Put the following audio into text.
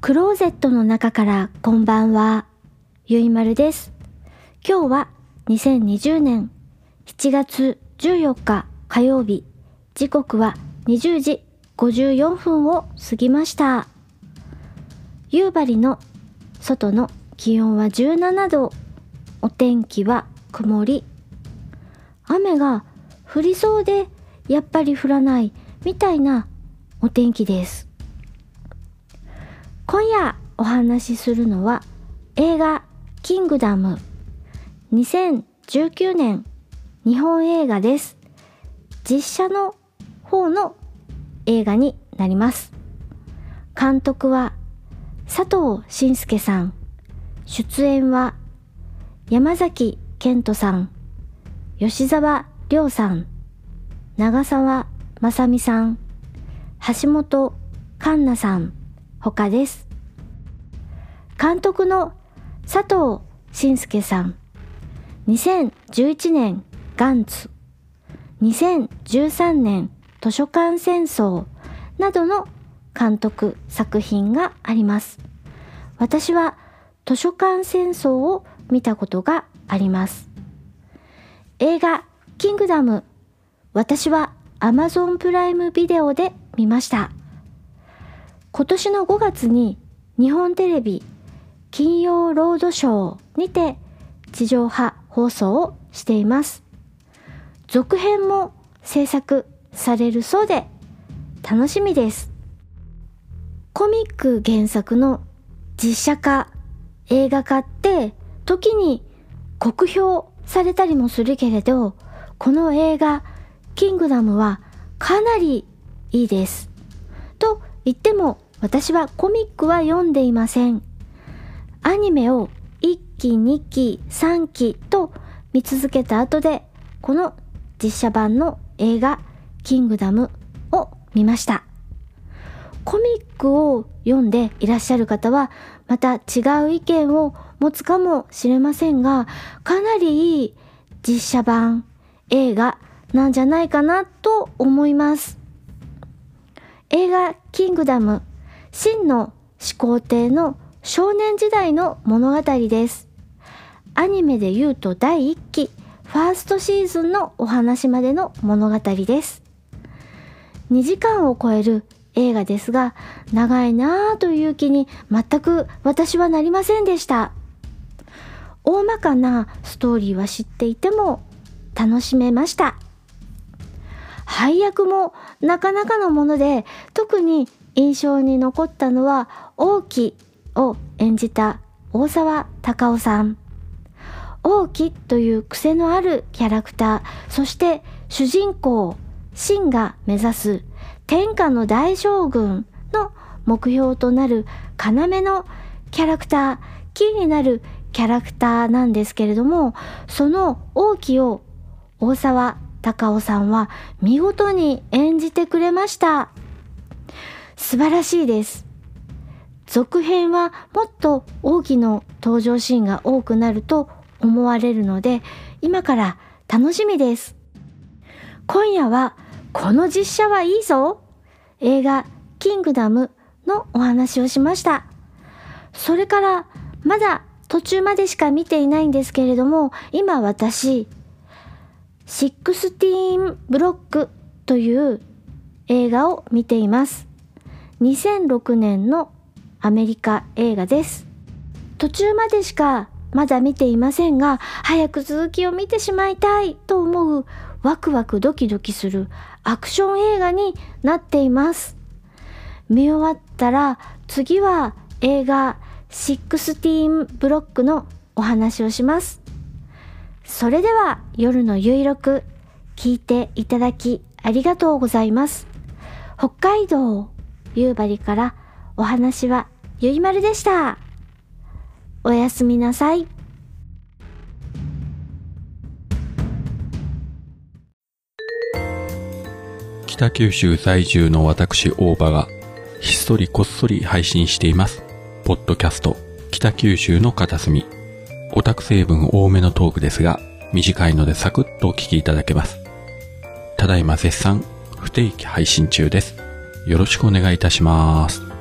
クローゼットの中からこんばんは、ゆいまるです。今日は2020年7月14日火曜日、時刻は20時54分を過ぎました。夕張の外の気温は17度、お天気は曇り。雨が降りそうでやっぱり降らないみたいなお天気です。今夜お話しするのは映画キングダム、2019年日本映画です。実写の方の映画になります。監督は佐藤信介さん、出演は山崎賢人さん、吉沢亮さん、長澤まさみさん、橋本環奈さん他です。監督の佐藤信介さん、2011年ガンツ、2013年図書館戦争などの監督作品があります。私は図書館戦争を見たことがあります。映画キングダム、私は Amazon プライムビデオで見ました。今年の5月に日本テレビ金曜ロードショーにて地上波放送をしています。続編も制作されるそうで楽しみです。コミック原作の実写化、映画化って時に酷評されたりもするけれど、この映画キングダムはかなりいいです。と言っても私はコミックは読んでいません。アニメを1期2期3期と見続けた後でこの実写版の映画キングダムを見ました。コミックを読んでいらっしゃる方はまた違う意見を持つかもしれませんが、かなりいい実写版映画なんじゃないかなと思います。映画キングダム、秦の始皇帝の少年時代の物語です。アニメで言うと第1期ファーストシーズンのお話までの物語です。2時間を超える映画ですが、長いなぁという気に全く私はなりませんでした。大まかなストーリーは知っていても楽しめました。配役もなかなかのもので、特に印象に残ったのは王騎を演じた大沢たかおさん。王騎という癖のあるキャラクター、そして主人公秦が目指す天下の大将軍の目標となる要のキャラクター、キーになるキャラクターなんですけれども、その王騎を大沢たかおさんは見事に演じてくれました。素晴らしいです。続編はもっと王騎の登場シーンが多くなると思われるので、今から楽しみです。今夜はこの実写はいいぞ、映画キングダムのお話をしました。それからまだ途中までしか見ていないんですけれども、今私16ブロックという映画を見ています。2006年のアメリカ映画です。途中までしかまだ見ていませんが、早く続きを見てしまいたいと思うワクワクドキドキするアクション映画になっています。見終わったら次は映画16ブロックのお話をします。それでは夜のゆいろく聞いていただきありがとうございます。北海道夕張からお話はゆいまるでした。おやすみなさい。 北九州在住の私大場がひっそりこっそり配信していますポッドキャスト北九州の片隅。オタク成分多めのトークですが短いのでサクッとお聞きいただけます。ただいま絶賛不定期配信中です。よろしくお願いいたします。